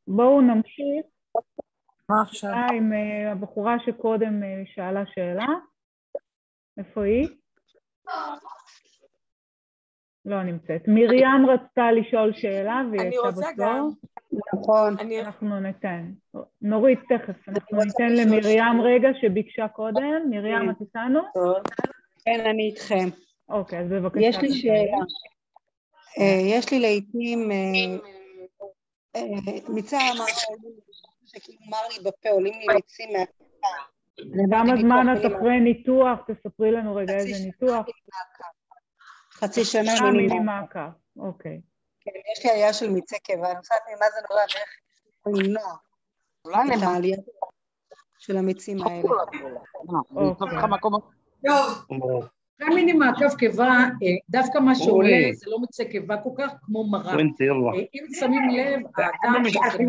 בואו נמשיך. מה עכשיו? עם הבחורה שקודם שאלה שאלה. איפה היא? לא נמצאת. מרים רצתה לשאול שאלה והיא אני יצאה רוצה בתור. גם. נכון. אנחנו ניתן. נורית תכף. אנחנו ניתן למרים רגע שביקשה קודם. מרים, את איתנו? כן, אני איתכם. אוקיי, אז בבקשה. יש לי שאלה. יש לי לעתים מיצה אמר שכאילו אמר לי בפה, עולים לי מיצים מהפה. כמה זמן את אחרי ניתוח? תספרי לנו רגע איזה ניתוח. חצי שנה מיני מעקב. אוקיי. כן, יש לי עלייה של מיצי קיבה, אני חושבת ממה זה נורא ואיך למנוע את העלייה של המיצים האלה. טוב. אחרי מיני מעקב קיבה, דווקא מה שעולה זה לא מיצי קיבה כל כך כמו מרה. אם שמים לב, האדם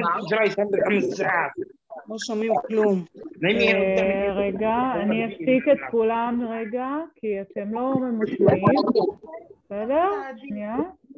לא שומעים כלום. רגע, אני אשתיק את כולם רגע, כי אתם לא ממושמעים. בסדר? שנייה.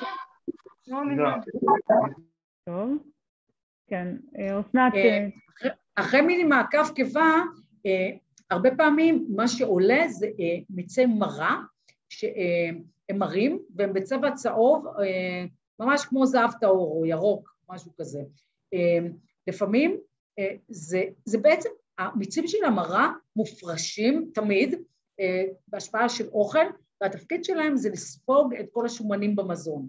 טוב. כן, אסנת. אחרי מיני מעקב קיבה, הרבה פעמים מה שעולה זה מיצי מרה, שהם מרים, והם בצבע צהוב, ממש כמו זהב טהור או ירוק, משהו כזה. לפעמים זה בעצם, המיצים של המרה מופרשים תמיד בהשפעה של אוכל, והתפקיד שלהם זה לספוג את כל השומנים במזון.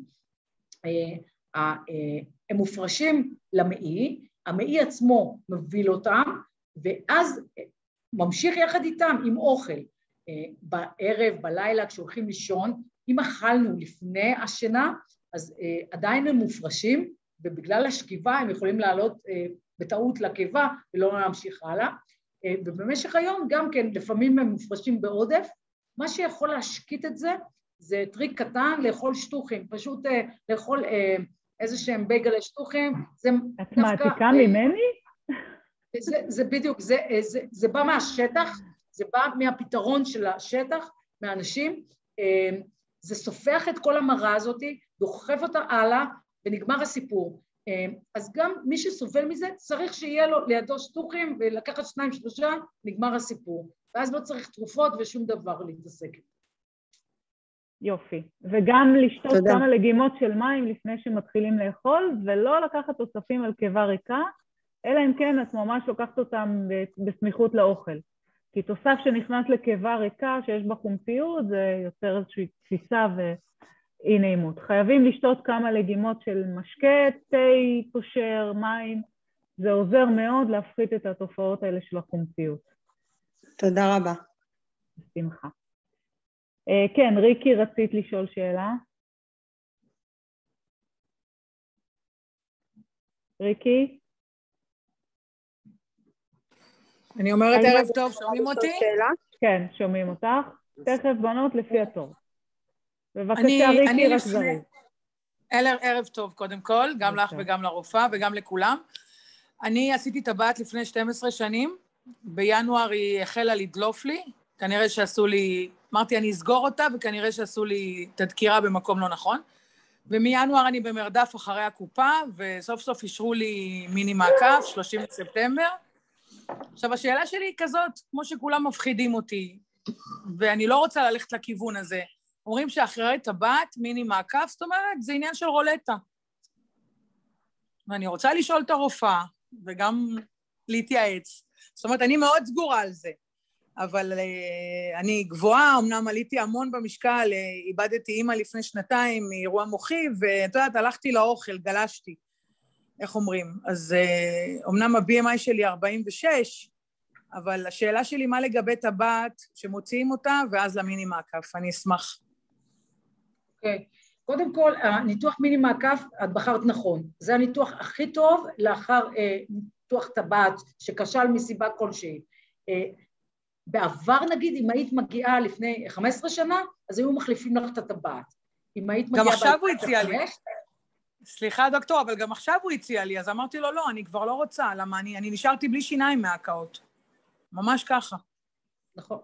הם מופרשים למעי, המעי עצמו מוביל אותם, ואז ממשיך יחד איתם עם אוכל. בערב, בלילה, כשהולכים לישון, אם אכלנו לפני השינה, אז עדיין הם מופרשים, ובגלל השכיבה הם יכולים לעלות בטעות לקיבה ולא להמשיך הלאה. ובמשך היום גם כן, לפעמים הם מופרשים בעודף, מה שיכול להשקיט את זה, זה טריק קטן, לאכול שטוחים, פשוט לאכול איזה שהם בייגלי שטוחים. את מעתיקה ממני? זה בדיוק, זה בא מהשטח, זה בא מהפתרון של השטח, מהאנשים, זה סופח את כל המרה הזאת, דוחף אותה הלאה, ונגמר הסיפור. אז גם מי שסובל מזה, צריך שיהיה לו לידו שטוחים, ולקחת 2-3, נגמר הסיפור. ואז לא צריך תרופות ושום דבר להתעסק. יופי. וגם לשתות כמה לגימות של מים לפני שמתחילים לאכול, ולא לקחת תוספים על קיבה ריקה, אלא אם כן את ממש לוקחת אותם בסמיכות לאוכל. כי תוסף שנכנס לקיבה ריקה, שיש בה חומציות, זה יוצר איזושהי תסיסה ואי נעימות. חייבים לשתות כמה לגימות של משקה, תה, תושר, מים. זה עוזר מאוד להפחית את התופעות האלה של החומציות. תודה רבה. בשמחה. כן, ריקי, רצית לשאול שאלה? ריקי? אני אומרת ערב טוב, שומעים אותי? כן, שומעים אותך. תכף בנות לפי התור. בבקשה, ריקי, רק זריז. ערב טוב קודם כל, גם לך וגם לרופאה וגם לכולם. אני עשיתי טבעת לפני 12 שנים, בינואר היא החלה לדלוף לי, כנראה שעשו לי, אמרתי אני אסגור אותה, וכנראה שעשו לי תדקירה במקום לא נכון, ומינואר אני במרדף אחרי הקופה, וסוף סוף אישרו לי מיני מעקב, 30 בספטמבר. עכשיו, השאלה שלי היא כזאת, כמו שכולם מפחידים אותי, ואני לא רוצה ללכת לכיוון הזה, אומרים שאחרי טבעת, מיני מעקב, זאת אומרת, זה עניין של רולטה. ואני רוצה לשאול את הרופאה, וגם להתייעץ. זאת אומרת, אני מאוד סגורה על זה, אבל אני גבוהה, אמנם עליתי המון במשקל, איבדתי אימא לפני 2 מאירוע מוחי, ואת יודעת, הלכתי לאוכל, גלשתי, איך אומרים? אז אמנם ה-BMI שלי 46, אבל השאלה שלי מה לגבי טבעת שמוציאים אותה, ואז למיני מעקף, אני אשמח. אוקיי. קודם כל, הניתוח מיני מעקף, את בחרת נכון. זה הניתוח הכי טוב לאחר ניתוח טבעת שכשל מסיבה כלשהי. בעבר נגיד, אם היית מגיעה לפני 15 שנה, אז היו מחליפים לך את הטבעת. אם היית מגיעה... גם עכשיו הוא הציע לי. סליחה דוקטור, אבל גם עכשיו הוא הציע לי, אז אמרתי לו לא, אני כבר לא רוצה, למה אני נשארתי בלי שיניים מהקאות. ממש ככה. נכון.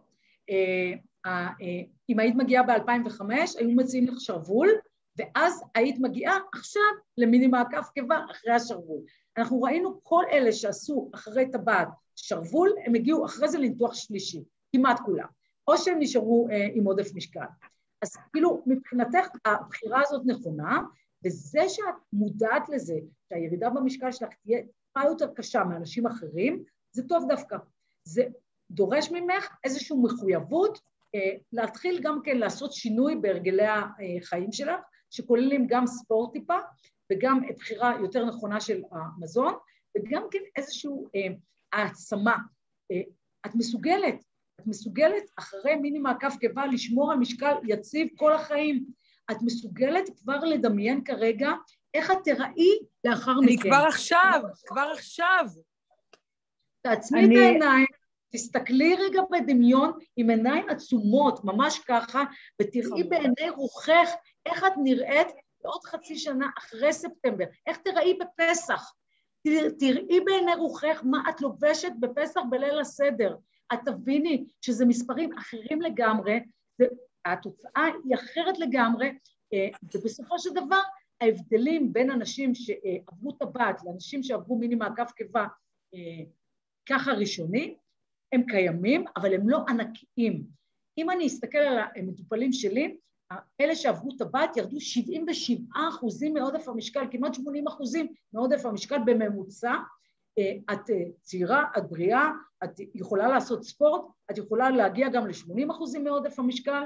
אם היית מגיעה ב-2005, היו מציעים לך שרוול, ואז היית מגיעה עכשיו למיני מעקף קיבה אחרי השרוול. אנחנו ראינו כל אלה שעשו אחרי טבעת שרוול, הם הגיעו אחרי זה לניתוח שלישי, כמעט כולם, או שהם נשארו עם עודף משקל. אז כאילו מבחינתך הבחירה הזאת נכונה, וזה שאת מודעת לזה, שהירידה במשקל שלך תהיה טיפה יותר קשה מאנשים אחרים, זה טוב דווקא. זה דורש ממך איזושהי מחויבות, להתחיל גם כן לעשות שינוי בהרגלי החיים שלך, שכוללים גם ספורט טיפה, וגם בחירה יותר נכונה של המזון, וגם כן איזושהי העצמה. את מסוגלת אחרי מיני מעקף קיבה לשמור על משקל יציב כל החיים. את מסוגלת כבר לדמיין כרגע איך את תראי לאחר מכן. אני כבר עכשיו. תעצמי את העיניים, תסתכלי רגע בדמיון עם עיניים עצומות, ממש ככה, ותראי בעיני רוחך איך את נראית בעוד חצי שנה אחרי ספטמבר, איך תראי בפסח. תראי בעיני רוחך מה את לובשת בפסח בליל הסדר. את תביני שזה מספרים אחרים לגמרי, התוצאה היא אחרת לגמרי, ובסופו של דבר ההבדלים בין אנשים שעברו טבעת לאנשים שעברו מיני מעקף קיבה ככה ראשוני, הם קיימים, אבל הם לא ענקיים. אם אני אסתכל על המטופלים שלי, אלה שעברו טבעת ירדו 77% מעודף המשקל, כמעט 80% מעודף המשקל בממוצע. את צעירה, את בריאה, את יכולה לעשות ספורט, את יכולה להגיע גם ל-80% מעודף המשקל,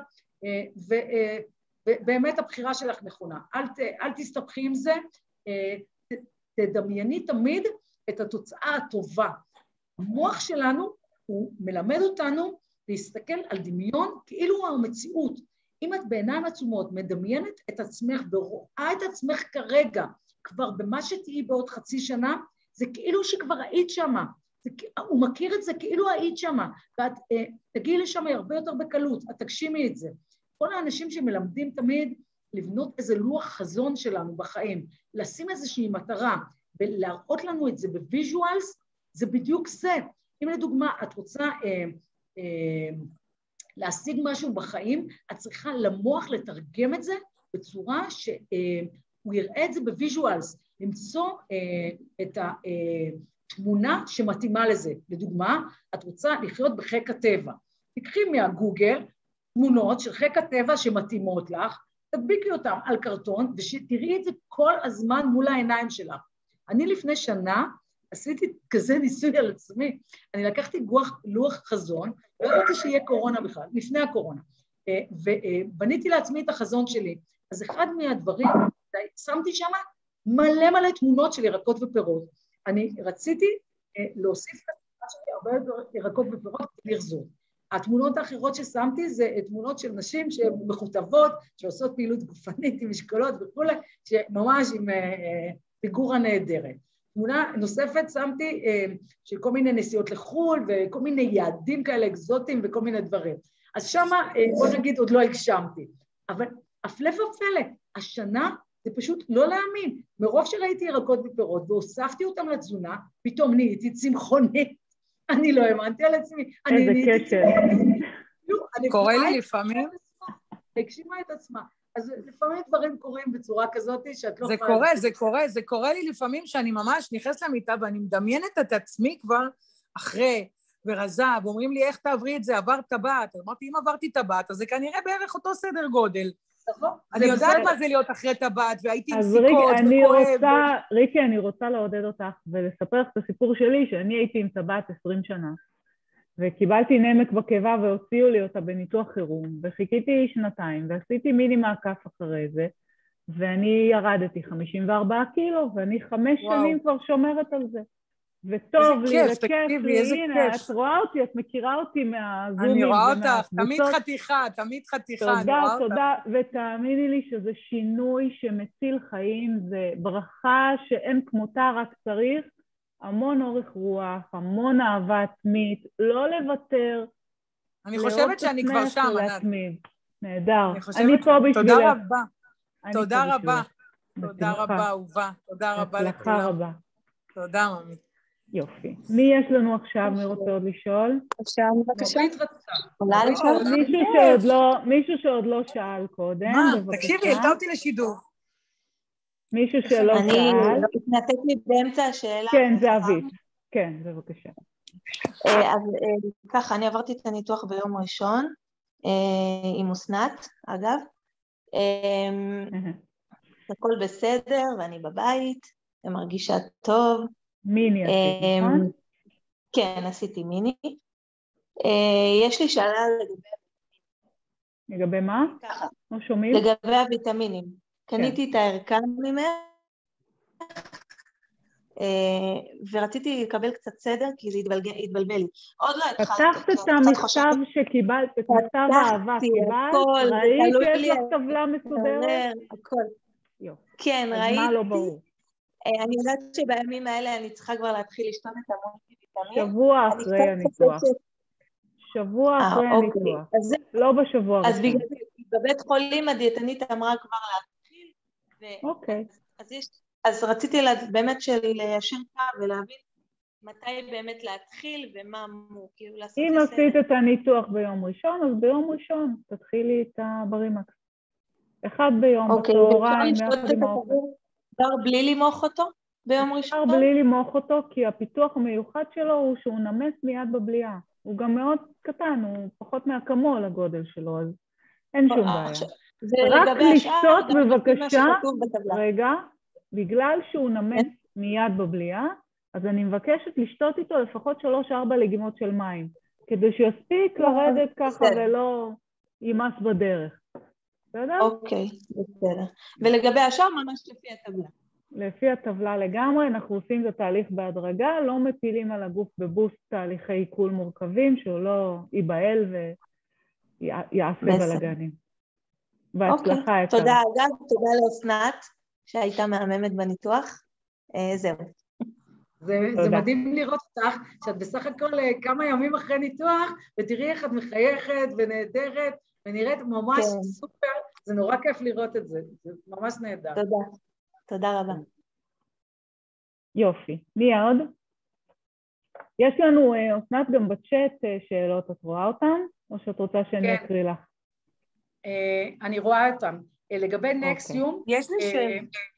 ובאמת הבחירה שלך נכונה. אל תסתבכי עם זה, תדמייני תמיד את התוצאה הטובה. המוח שלנו הוא מלמד אותנו להסתכל על דמיון כאילו המציאות. אם את בעיניים עצומות מדמיינת את עצמך ורואה את עצמך כרגע, כבר במה שתהיי בעוד חצי שנה, זה כאילו שכבר היית שמה. הוא מכיר את זה כאילו היית שמה, ואת תגיעי לשם הרבה יותר בקלות, את תגשימי את זה. כל האנשים שמלמדים תמיד לבנות איזה לוח חזון שלנו בחיים, לשים איזושהי מטרה ולהראות לנו את זה בוויז'ואלס, זה בדיוק זה. אם לדוגמה את רוצה להשיג משהו בחיים, את צריכה למוח לתרגם את זה בצורה שהוא יראה את זה בוויז'ואלס, למצוא את התמונה שמתאימה לזה. לדוגמה, את רוצה לחיות בחיק הטבע. תקחי מהגוגל תמונות של חיק הטבע שמתאימות לך, תדביקי אותם על קרטון, ושתראי את זה כל הזמן מול העיניים שלך. אני לפני שנה עשיתי כזה ניסוי על עצמי, אני לקחתי לוח חזון, לא ידעתי שיהיה קורונה בכלל, לפני הקורונה, ובניתי לעצמי את החזון שלי. אז אחד מהדברים, שמתי שם מלא תמונות של ירקות ופירות. אני רציתי להוסיף את התמונה שלי הרבה יותר ירקות ופירות לרזות. התמונות האחרות ששמתי זה תמונות של נשים שמכותבות, שעושות פעילות גופנית עם משקולות וכו', שממש עם פיגורה נהדרת. תמונה נוספת שמתי של כל מיני נסיעות לחול וכל מיני יעדים כאלה אקזוטיים וכל מיני דברים. אז שמה, בוא נגיד, עוד לא הגשמתי. אבל הפלא ופלא, השנה זה פשוט לא להאמין. מרוב שראיתי ירקות ופירות והוספתי אותם לתזונה, פתאום נהייתי צמחונית. אני לא האמנתי על עצמי. איזה קשר. קורה לי לפעמים. הגשימה את עצמה. אז לפעמים דברים קורים בצורה כזאת שאת לא... זה קורה לי לפעמים שאני ממש נכנסת למיטה ואני מדמיינת את עצמי כבר אחרי ורזה, ואומרים לי איך תעברי את זה, עברת טבעת. אמרתי, אם עברתי טבעת, אז זה כנראה בערך אותו סדר גודל. אני יודעת מה זה להיות אחרי טבעת, והייתי עם סיכות וכואב. ריקי, אני רוצה לעודד אותך ולספר לך את הסיפור שלי, שאני הייתי עם טבעת 20 שנה. וקיבלתי נמק בקיבה והוציאו לי אותה בניתוח חירום, וחיכיתי 2 ועשיתי מיני מעקף אחרי זה, ואני ירדתי 54 קילו, ואני 5 שנים כבר שומרת על זה. וטוב לי, וכיף לי, הנה, את רואה אותי, את מכירה אותי מהזומים. אני רואה אותך, תמיד חתיכה, תודה, ותאמיני לי שזה שינוי שמציל חיים, זה ברכה שאין כמותה, רק צריך המון אורך רוח, המון אהבה עצמית, לא לוותר. אני חושבת שאני כבר שם, ענת. נהדר. אני פה בשבילך. תודה רבה. תודה רבה, אהובה. תודה רבה לכולם. הצלחה רבה. תודה, ממי. יופי. מי יש לנו עכשיו? מי רוצה עוד לשאול? אפשר בבקשה? יכולה לשאול? מישהו שעוד לא שאל קודם. מה? תקשיבי, העלתה אותי לשידור. מישהו שלא שאל. אני התנתקתי באמצע השאלה. כן, זה אביב. כן, בבקשה. אז ככה, אני עברתי את הניתוח ביום ראשון, עם אסנת, אגב. הכל בסדר, ואני בבית, ומרגישה טוב. מיני עשית, נכון? כן, עשיתי מיני. יש לי שאלה לגבי... לגבי מה? ככה. לא שומעים? לגבי הוויטמינים. קניתי את הערכה ממך, ורציתי לקבל קצת סדר, כי זה התבלבל לי. עוד לא התחלתי. פתחת את המכתב שקיבלת, את מכתב האהבה קיבלת, ראית שיש לך טבלה מסודרת? הכל. כן, ראיתי. אז מה לא ברור? אני יודעת שבימים האלה אני צריכה כבר להתחיל לשתות את המולטיוויטמין. שבוע אחרי הניתוח. שבוע אחרי הניתוח. לא בשבוע הראשון. אז בבית חולים הדיאטנית אמרה כבר להתחיל. אוקיי. אז רציתי באמת ליישר קו ולהבין מתי באמת להתחיל ומה אמור. אם עשית את הניתוח ביום ראשון, אז ביום ראשון תתחילי את הברימקס. אחד ביום, בצהריים, יחד עם האוכל. אפשר בלי למוח אותו ביום ראשון? אפשר בלי למוח אותו, כי הפיתוח המיוחד שלו הוא שהוא נמס מיד בבליעה. הוא גם מאוד קטן, הוא פחות מהקמול הגודל שלו, אז אין שום בעיה. רק לשתות בבקשה, רגע, בגלל שהוא נמס מיד בבליעה, אז אני מבקשת לשתות איתו לפחות 3-4 לגימות של מים, כדי שיספיק לרדת ככה ולא יימס בדרך. בסדר? אוקיי, בסדר. ולגבי השאר ממש לפי הטבלה. לפי הטבלה לגמרי, אנחנו עושים את התהליך בהדרגה, לא מפילים על הגוף בבוסט תהליכי עיכול מורכבים, שהוא לא ייבהל ויעשה בלגנים. בהצלחה. אוקיי, תודה אגב, תודה לאסנת שהייתה מהממת בניתוח. זהו. זה מדהים לראות אותך, שאת בסך הכל כמה ימים אחרי ניתוח, ותראי איך את מחייכת ונהדרת, ונראית ממש סופר, זה נורא כיף לראות את זה, זה ממש נהדר. תודה. תודה רבה. יופי. מי עוד? יש לנו, אסנת, גם בצ'אט שאלות, את רואה אותן? או שאת רוצה שאני אקריא לך? אני רואה אותן. לגבי נקסיום... יש לי שאלה.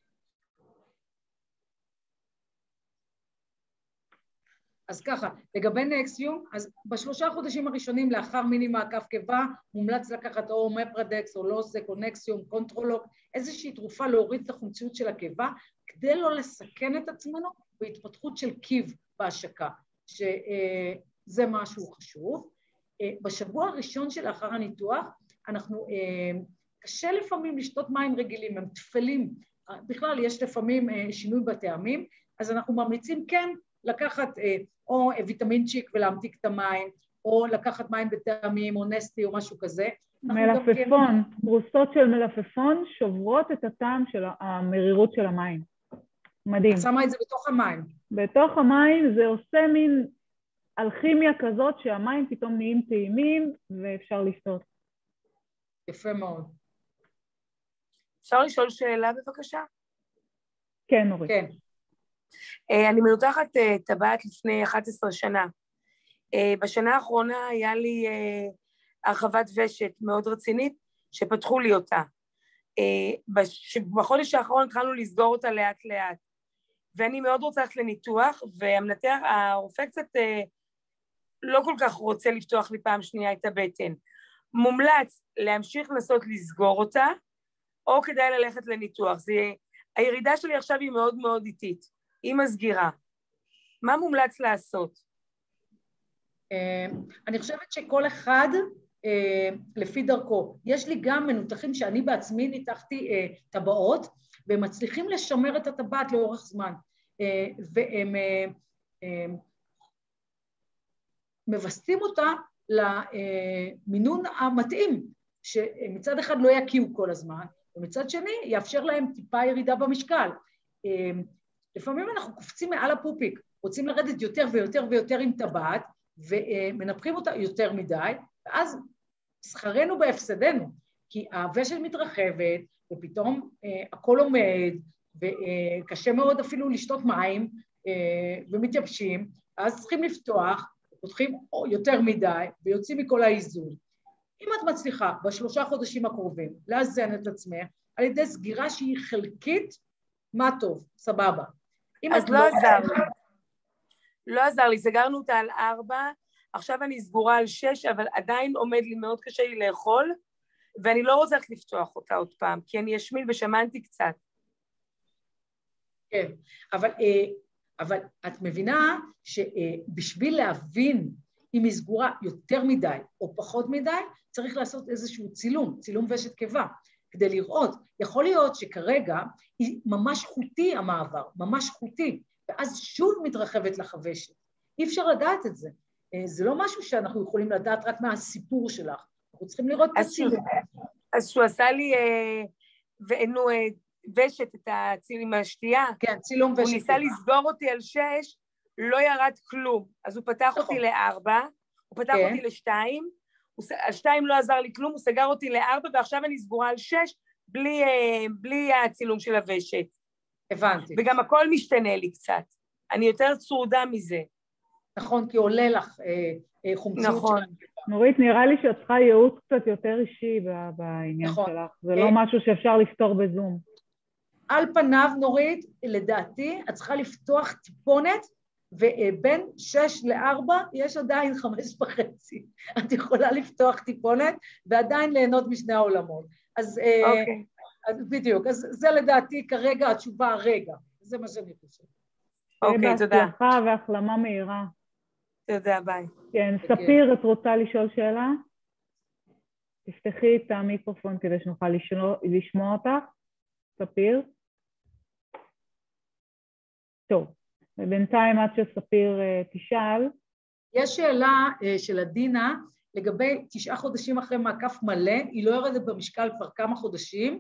אז ככה, לגבי נקסיום, אז ב3 חודשים הראשונים לאחר מיני מעקף קיבה, מומלץ לקחת או מפרדקס או לוסק או נקסיום, קונטרולוק, איזושהי תרופה להוריד את החומציות של הקיבה, כדי לא לסכן את עצמנו בהתפתחות של קיב בהשקה, שזה משהו חשוב. בשבוע הראשון שלאחר הניתוח, אנחנו, קשה לפעמים לשתות מים רגילים, הם תפלים, בכלל יש לפעמים שינוי בטעמים, אז אנחנו ממליצים כן לקחת או ויטמינצ'יק ולהמתיק את המים, או לקחת מים בטעמים, או נסטי, או משהו כזה. מלפפון, פרוסות של מלפפון שוברות את הטעם של המרירות של המים. מדהים. את שמה את זה בתוך המים. בתוך המים זה עושה מין אלכימיה כזאת שהמים פתאום נהיים טעימים ואפשר לשתות. יפה מאוד. אפשר לשאול שאלה בבקשה? כן, נורית. כן. אני מנותחת טבעת לפני 11 שנה. בשנה האחרונה היה לי הרחבת ושת מאוד רצינית, שפתחו לי אותה. בחודש האחרון התחלנו לסגור אותה לאט לאט, ואני מאוד רוצה ללכת לניתוח, והמנתח, הרופא קצת לא כל כך רוצה לפתוח לי פעם שנייה את הבטן. מומלץ להמשיך לנסות לסגור אותה, או כדאי ללכת לניתוח. הירידה שלי עכשיו היא מאוד מאוד איטית. עם הסגירה. מה מומלץ לעשות? אני חושבת שכל אחד לפי דרכו. יש לי גם מנותחים שאני בעצמי ניתחתי טבעות, והם מצליחים לשמר את הטבעת לאורך זמן. והם מבסטים אותה למינון המתאים, שמצד אחד לא יקיעו כל הזמן, ומצד שני יאפשר להם טיפה ירידה במשקל. לפעמים אנחנו קופצים מעל הפופיק, רוצים לרדת יותר ויותר ויותר עם טבעת, ומנפחים אותה יותר מדי, ואז שכרנו בהפסדנו, כי הוושת מתרחבת, ופתאום הכל עומד, וקשה מאוד אפילו לשתות מים, ומתייבשים, אז צריכים לפתוח, פותחים יותר מדי, ויוצאים מכל האיזון. אם את מצליחה ב3 חודשים הקרובים לאזן את עצמך, על ידי סגירה שהיא חלקית, מה טוב, סבבה. אז לא עזר לי. לא עזר לי, סגרנו אותה על 4, עכשיו אני סגורה על 6, אבל עדיין עומד לי מאוד קשה לי לאכול, ואני לא רוצה לפתוח אותה עוד פעם, כי אני אשמיל ושמנתי קצת. כן, אבל את מבינה שבשביל להבין אם היא סגורה יותר מדי או פחות מדי, צריך לעשות איזשהו צילום ושת קיבה, כדי לראות. יכול להיות שכרגע היא ממש חוטי המעבר, ממש חוטי, ואז שוב מתרחבת לחוושת. אי אפשר לדעת את זה. זה לא משהו שאנחנו יכולים לדעת רק מהסיפור שלך. אנחנו צריכים לראות את הצילום. אז שהוא עשה לי, ואינו ושת את הצילום עם השתייה. כן, צילום ושת. הוא ניסה לסגור אותי על 6, לא ירד כלום. אז הוא פתח אותי ל4, הוא פתח אותי ל2, על 2 לא עזר לי כלום, הוא סגר אותי ל4, ועכשיו אני סגורה על 6, בלי הצילום של הוושת. הבנתי. וגם הכל משתנה לי קצת. אני יותר צרודה מזה. נכון, כי עולה לך חומציות נכון. שלנו. נורית, נראה לי שאת צריכה ייעוץ קצת יותר אישי בעניין נכון. שלך. זה לא משהו שאפשר לפתור בזום. על פניו, נורית, לדעתי, את צריכה לפתוח טיפונת, ובין 6 ל4 יש עדיין 5.5. את יכולה לפתוח טיפונת, ועדיין ליהנות משני העולמות. אז בדיוק, אז זה לדעתי כרגע התשובה הרגע. זה מה שאני חושבת. אוקיי, תודה. בהצלחה והחלמה מהירה. תודה, ביי. כן, ספיר, את רוצה לשאול שאלה? תפתחי את המיקרופון כדי שנוכל לשמוע אותך. ספיר. טוב, ובינתיים עד שספיר תשאל. יש שאלה של עדינה לגבי 9 חודשים אחרי מעקף מלא, היא לא יורדת במשקל כבר כמה חודשים,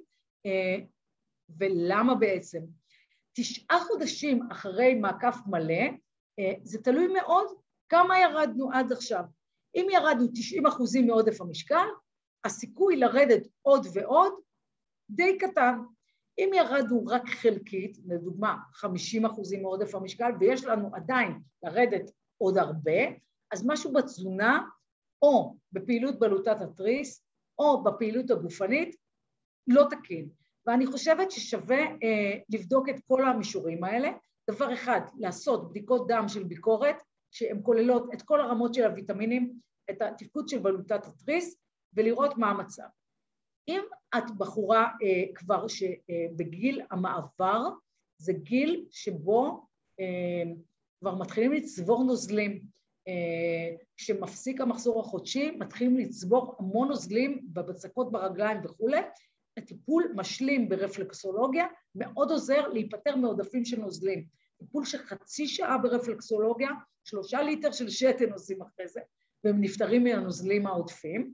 ולמה בעצם? 9 חודשים אחרי מעקף מלא, זה תלוי מאוד כמה ירדנו עד עכשיו. אם ירדנו 90% מעודף המשקל, הסיכוי לרדת עוד ועוד די קטן. אם ירדנו רק חלקית, לדוגמה 50% מעודף המשקל, ויש לנו עדיין לרדת עוד הרבה, אז משהו בתזונה, או בפעילות בלוטת התריס, או בפעילות הגופנית, לא תקין. ואני חושבת ששווה לבדוק את כל המישורים האלה. דבר אחד, לעשות בדיקות דם של ביקורת, שהן כוללות את כל הרמות של הוויטמינים, את התפקוד של בלוטת התריס, ולראות מה המצב. אם את בחורה כבר שבגיל המעבר, זה גיל שבו כבר מתחילים לצבור נוזלים, כשמפסיק המחזור החודשי, מתחילים לצבור המון נוזלים בבצקות ברגליים וכו'. הטיפול משלים ברפלקסולוגיה מאוד עוזר להיפטר מעודפים של נוזלים. טיפול של חצי שעה ברפלקסולוגיה, 3 ליטר של שתן עושים אחרי זה, והם נפטרים מהנוזלים העודפים.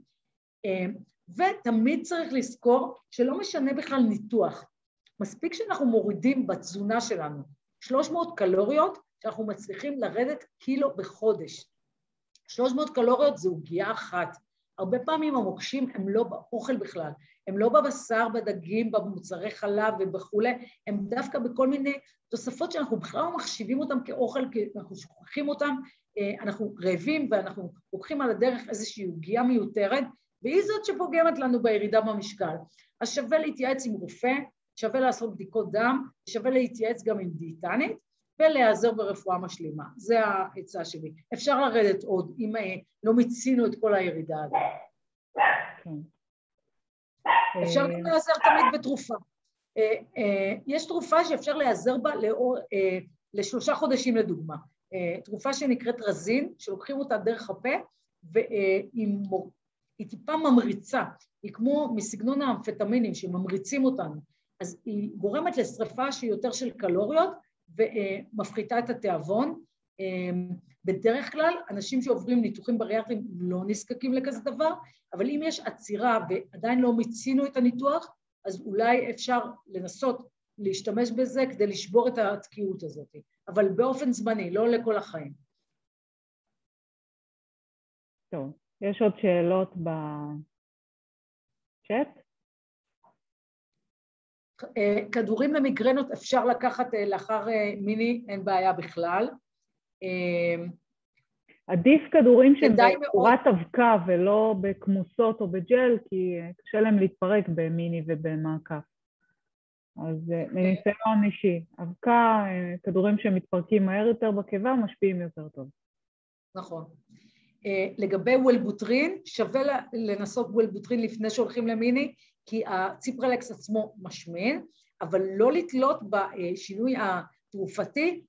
ותמיד צריך לזכור שלא משנה בכלל ניתוח. מספיק שאנחנו מורידים בתזונה שלנו 300 קלוריות, שאנחנו מצליחים לרדת קילו בחודש. 300 קלוריות זה עוגיה אחת. הרבה פעמים המוקשים הם לא באוכל בכלל, הם לא בבשר, בדגים, במוצרי חלב וכו', הם דווקא בכל מיני תוספות שאנחנו בכלל לא מחשיבים אותם כאוכל, כי אנחנו שוכחים אותם, אנחנו רעבים ואנחנו לוקחים על הדרך איזושהי עוגיה מיותרת, והיא זאת שפוגמת לנו בירידה במשקל. אז שווה להתייעץ עם רופא, שווה לעשות בדיקות דם, שווה להתייעץ גם עם דיאטנית, ולהיעזר ברפואה משלימה. זה העצה שלי. אפשר לרדת עוד, אם לא מיצינו את כל הירידה הזאת. אפשר גם להיעזר תמיד בתרופה. יש תרופה שאפשר להיעזר בה ל3 חודשים לדוגמה. תרופה שנקראת רזין, שלוקחים אותה דרך הפה, והיא טיפה ממריצה, היא כמו מסגנון האמפטמינים שממריצים אותנו, אז היא גורמת לשריפה שהיא יותר של קלוריות, ומפחיתה את התיאבון. בדרך כלל, אנשים שעוברים ניתוחים בריאטריים לא נזקקים לכזה דבר, אבל אם יש עצירה ועדיין לא מיצינו את הניתוח, אז אולי אפשר לנסות להשתמש בזה כדי לשבור את התקיעות הזאת, אבל באופן זמני, לא לכל החיים. טוב, יש עוד שאלות בצ'אט? כדורים למיגרנות אפשר לקחת לאחר מיני, אין בעיה בכלל. עדיף כדורים שהם בצורת אבקה ולא בכמוסות או בג'ל, כי קשה להם להתפרק במיני ובמעקף. אז מניסיון אישי, אבקה, כדורים שמתפרקים מהר יותר בקיבה, משפיעים יותר טוב. נכון. לגבי וולבוטרין, שווה לנסות וולבוטרין לפני שהולכים למיני, כי הציפרלקס עצמו משמין, אבל לא לתלות בשינוי התרופתי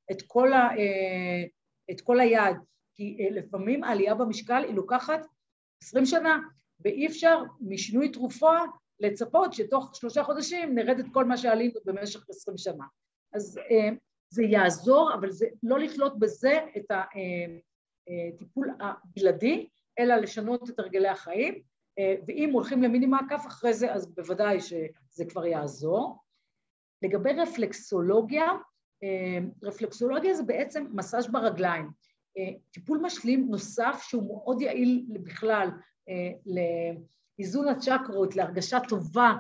את כל היד, כי לפעמים העלייה במשקל היא לוקחת 20 שנה, ואי אפשר משינוי תרופה לצפות שתוך 3 חודשים נרד את כל מה שעלינו במשך 20 שנה. אז זה יעזור, אבל זה לא לתלות בזה את הטיפול הבלעדי, אלא לשנות את הרגלי החיים, ואם הולכים למיני מעקף אחרי זה, אז בוודאי שזה כבר יעזור. לגבי רפלקסולוגיה, רפלקסולוגיה זה בעצם מסאז' ברגליים. טיפול משלים נוסף שהוא מאוד יעיל בכלל לאיזון הצ'קרות, להרגשה טובה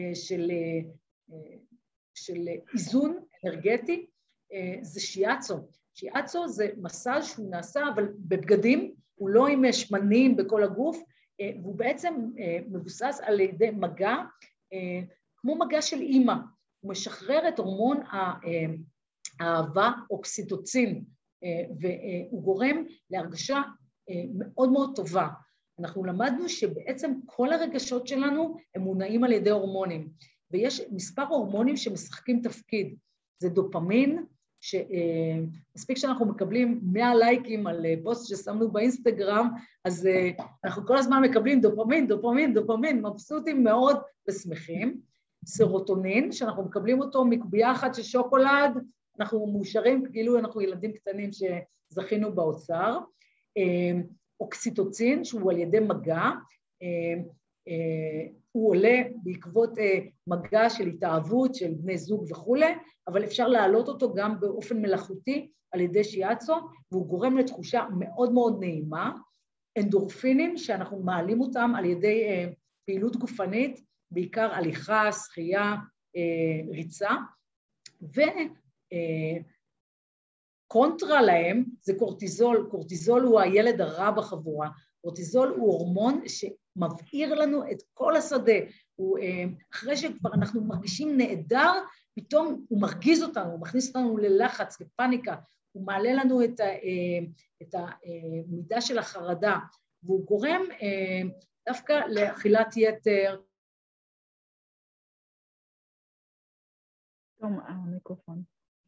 של איזון אנרגטי, זה שיאצו. שיאצו זה מסאז' שהוא נעשה, אבל בבגדים, הוא לא עם שמנים בכל הגוף, והוא בעצם מבוסס על ידי מגע, כמו מגע של אימא. הוא משחרר את הורמון האהבה, אוקסיטוצין, והוא גורם להרגשה מאוד מאוד טובה. אנחנו למדנו שבעצם כל הרגשות שלנו הם מונעים על ידי הורמונים, ויש מספר הורמונים שמשחקים תפקיד. זה דופמין, שמספיק שאנחנו מקבלים 100 לייקים על פוסט ששמנו באינסטגרם, אז אנחנו כל הזמן מקבלים דופמין, דופמין, דופמין, מבסוטים מאוד ושמחים. סרוטונין, שאנחנו מקבלים אותו מקביעה אחת של שוקולד, אנחנו מאושרים, כאילו אנחנו ילדים קטנים שזכינו באוצר. אוקסיטוצין, שהוא על ידי מגע, הוא עולה בעקבות מגע של התאהבות, של בני זוג וכו', אבל אפשר להעלות אותו גם באופן מלאכותי על ידי שיאצו, והוא גורם לתחושה מאוד מאוד נעימה. אנדורפינים, שאנחנו מעלים אותם על ידי פעילות גופנית, בעיקר הליכה, שחייה, ריצה, וקונטרה להם זה קורטיזול. קורטיזול הוא הילד הרע בחבורה. קורטיזול הוא הורמון שמבעיר לנו את כל השדה. אחרי שכבר אנחנו מרגישים נהדר, פתאום הוא מרגיז אותנו, הוא מכניס אותנו ללחץ, לפניקה, הוא מעלה לנו את המידה של החרדה, והוא גורם דווקא לאכילת יתר. מיקרופון.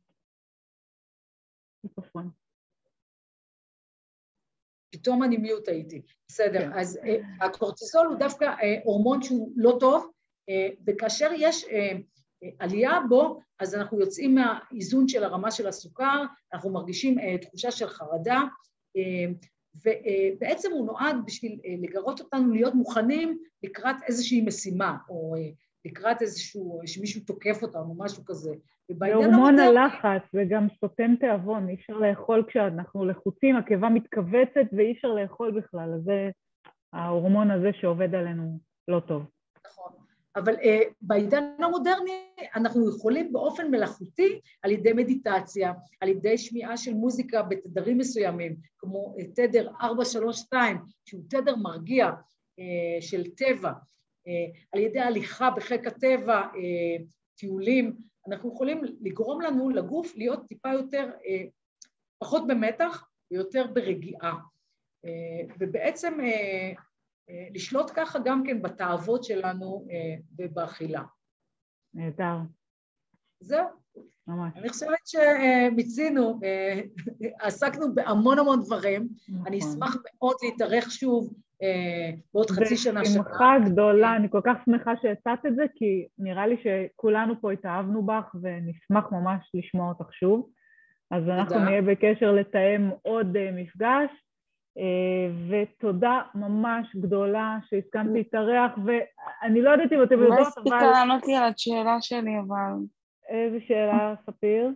פתאום אני מיוט הייתי. בסדר, אז הקורטיזול הוא דווקא הורמון שהוא לא טוב, וכאשר יש עלייה בו, אז אנחנו יוצאים מהאיזון של הרמה של הסוכר, אנחנו מרגישים תחושה של חרדה, ובעצם הוא נועד בשביל לגרות אותנו להיות מוכנים לקראת איזושהי משימה, או לקראת איזשהו, שמישהו תוקף אותנו, משהו כזה. והורמון הלחץ, וגם סותם תיאבון, אי אפשר לאכול כשאנחנו לחוצים, הקיבה מתכווצת ואי אפשר לאכול בכלל, אז זה ההורמון הזה שעובד עלינו לא טוב. נכון, אבל בעידן המודרני אנחנו יכולים באופן מלאכותי, על ידי מדיטציה, על ידי שמיעה של מוזיקה בתדרים מסוימים, כמו תדר 432, שהוא תדר מרגיע של טבע, על ידי הליכה בחיק הטבע, טיולים, אנחנו יכולים לגרום לנו לגוף להיות טיפה יותר, פחות במתח ויותר ברגיעה, ובעצם לשלוט ככה גם כן בתאוות שלנו ובאכילה. נהדר. זהו. ממש. אני חושבת שמיצינו, עסקנו בהמון המון דברים, אני אשמח מאוד להתארח שוב, בעוד חצי שנה. בשמחה גדולה, אני כל כך שמחה שהצעת את זה, כי נראה לי שכולנו פה התאהבנו בך, ונשמח ממש לשמוע אותך שוב. אז אנחנו נהיה בקשר לתאם עוד מפגש, ותודה ממש גדולה שהסכמת להתארח, ואני לא יודעת אם אתם יודעות, אבל... לא הספיקה לענות לי על השאלה שלי, אבל... איזה שאלה, ספיר?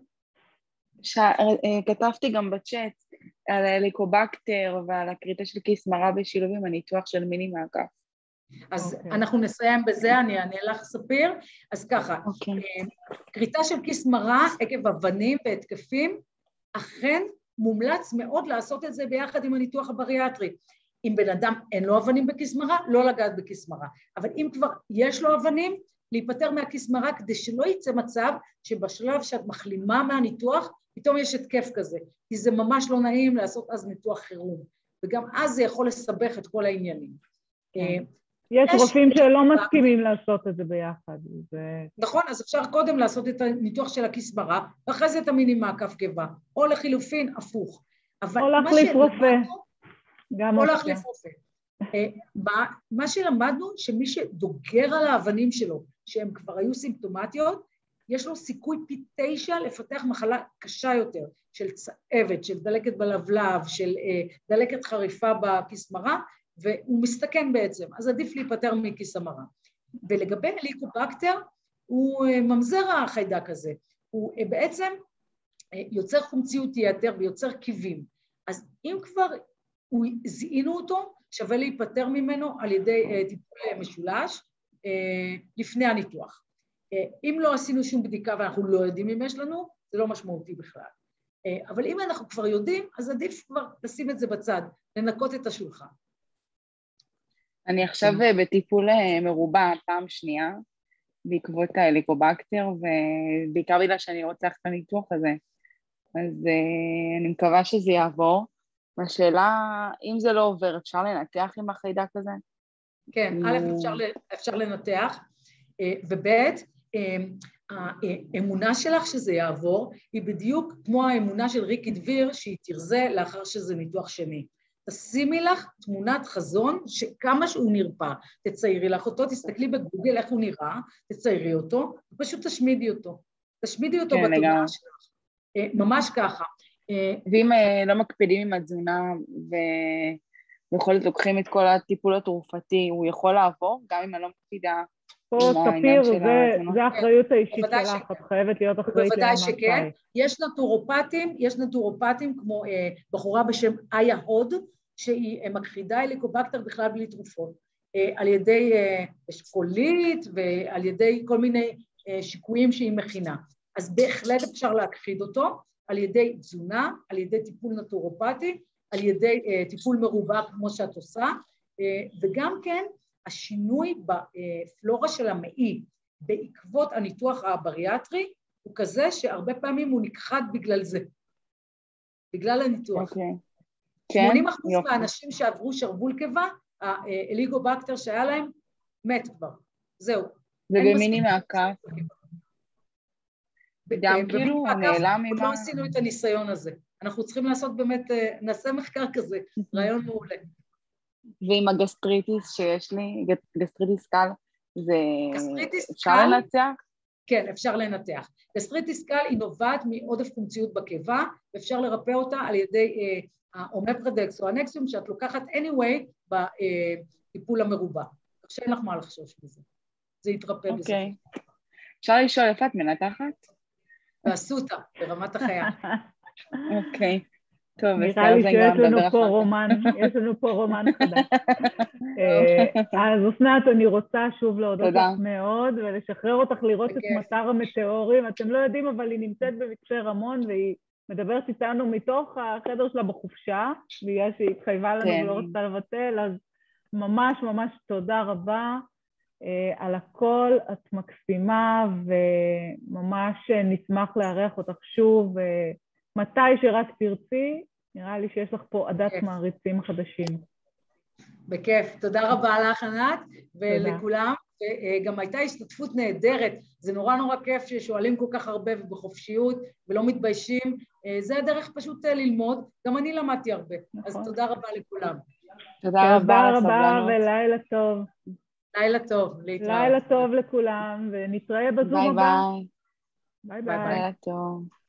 כתבתי גם בצ'אט על הליקובקטר ועל הקריטה של כיס מרה בשילוב עם הניתוח של מיני מעקף. אז אנחנו נסיים בזה, אני אענה לך ספיר. אז ככה, קריטה של כיס מרה עקב אבנים והתקפים, אכן מומלץ מאוד לעשות את זה ביחד עם הניתוח הבריאטרי. אם בן אדם אין לו אבנים בכיס מרה, לא לגעת בכיס מרה. אבל אם כבר יש לו אבנים, להיפטר מהכיסמרה כדי שלא יצא מצב שבשלב שאת מחלימה מהניתוח, פתאום יש התקף כזה, כי זה ממש לא נעים לעשות אז ניתוח חירום, וגם אז זה יכול לסבך את כל העניינים. יש רופאים שלא מסכימים לעשות את זה ביחד. נכון, אז אפשר קודם לעשות את הניתוח של הכיסמרה, ואחרי זה את המיני-מעקף קיבה, או לחילופין הפוך. או להחליף רופא. או להחליף רופא. מה שלמדנו, שמי שדוגר על האבנים שלו, שהם כבר היו סימפטומטיות, יש לו סיכוי פי 9 לפתח מחלה קשה יותר, של צהבת, של דלקת בלבלב, של דלקת חריפה בכיסמרה, והוא מסתכן בעצם, אז עדיף להיפטר מכיסמרה. ולגבי הליקובקטר, הוא ממזר החיידק הזה, הוא בעצם יוצר חומציות יתר ויוצר קיבים, אז אם כבר זיהינו אותו, שווה להיפטר ממנו על ידי טיפול משולש לפני הניתוח. אם לא עשינו שום בדיקה ואנחנו לא יודעים אם יש לנו, זה לא משמעותי בכלל. אבל אם אנחנו כבר יודעים, אז עדיף כבר לשים את זה בצד, לנקות את השולחן. אני עכשיו בטיפול מרובע פעם שנייה, בעקבות ההליקובקטר, ובעיקר בגלל שאני רוצה את הניתוח הזה. אז אני מקווה שזה יעבור. והשאלה, אם זה לא עובר, אפשר לנתח עם החיידק הזה? כן, א', אפשר לנתח, וב', האמונה שלך שזה יעבור, היא בדיוק כמו האמונה של ריקי דביר, שהיא תרזה לאחר שזה ניתוח שני. תשימי לך תמונת חזון שכמה שהוא נרפא, תציירי לך אותו, תסתכלי בגוגל איך הוא נראה, תציירי אותו, ופשוט תשמידי אותו. תשמידי אותו בתודעה שלך. ממש ככה. ואם לא מקפידים עם התזונה ובכל זאת לוקחים את כל הטיפול התרופתי, הוא יכול לעבור, גם אם אני לא מקפידה פה ספיר, זה האחריות האישית שלך, את חייבת להיות אחראית בוודאי שכן. יש נטורופטים כמו בחורה בשם איה הוד, שהיא מכחידה הליקובקטר בכלל בלי תרופות, על ידי אשכולית ועל ידי כל מיני שיקויים שהיא מכינה. אז בהחלט אפשר להכחיד אותו על ידי תזונה, על ידי טיפול נטורופטי, על ידי טיפול מרובע כמו שאת עושה, וגם כן השינוי בפלורה של המעי בעקבות הניתוח הבריאטרי הוא כזה שהרבה פעמים הוא נכחד בגלל זה, בגלל הניתוח. 80% מהאנשים שעברו שרוול קיבה, ההליקובקטר שהיה להם מת כבר, זהו. ובמיני מעקף? גם כאילו נעלם עוד לא עשינו את הניסיון הזה. אנחנו צריכים לעשות באמת, נעשה מחקר כזה, רעיון מעולה. ועם הגסטריטיס שיש לי, גסטריטיס קל, זה אפשר לנתח? כן, אפשר לנתח. גסטריטיס קל היא נובעת מעודף חומציות בקיבה, ואפשר לרפא אותה על ידי האומפרדקס או הנקסיום, שאת לוקחת anyway בטיפול המרובע. כך שאין לך מה לחשוש בזה. זה יתרפא בזה. אוקיי. אפשר לשאול איפה את מנתחת? באסותא, ברמת החיה. אוקיי. טוב, נראה לי שיש לנו פה רומן חדש. אז אסנת, אני רוצה שוב להודות לך מאוד, ולשחרר אותך לראות את מטר המטאורים. אתם לא יודעים, אבל היא נמצאת במצפה רמון, והיא מדברת איתנו מתוך החדר שלה בחופשה, בגלל שהיא התחייבה לנו ולא רצתה לבטל, אז ממש ממש תודה רבה על הכל, את מקסימה, וממש נשמח לארח אותך שוב, מתי שרק תרצי, נראה לי שיש לך פה עדת מעריצים חדשים. בכיף, תודה רבה לך ענת ולכולם, וגם הייתה השתתפות נהדרת, זה נורא נורא כיף ששואלים כל כך הרבה ובחופשיות ולא מתביישים, זה הדרך פשוט ללמוד, גם אני למדתי הרבה, אז תודה רבה לכולם. תודה רבה ולילה טוב. לילה טוב, להתראות. לילה טוב לכולם, ונתראה בזום הבא. ביי ביי. לילה טוב.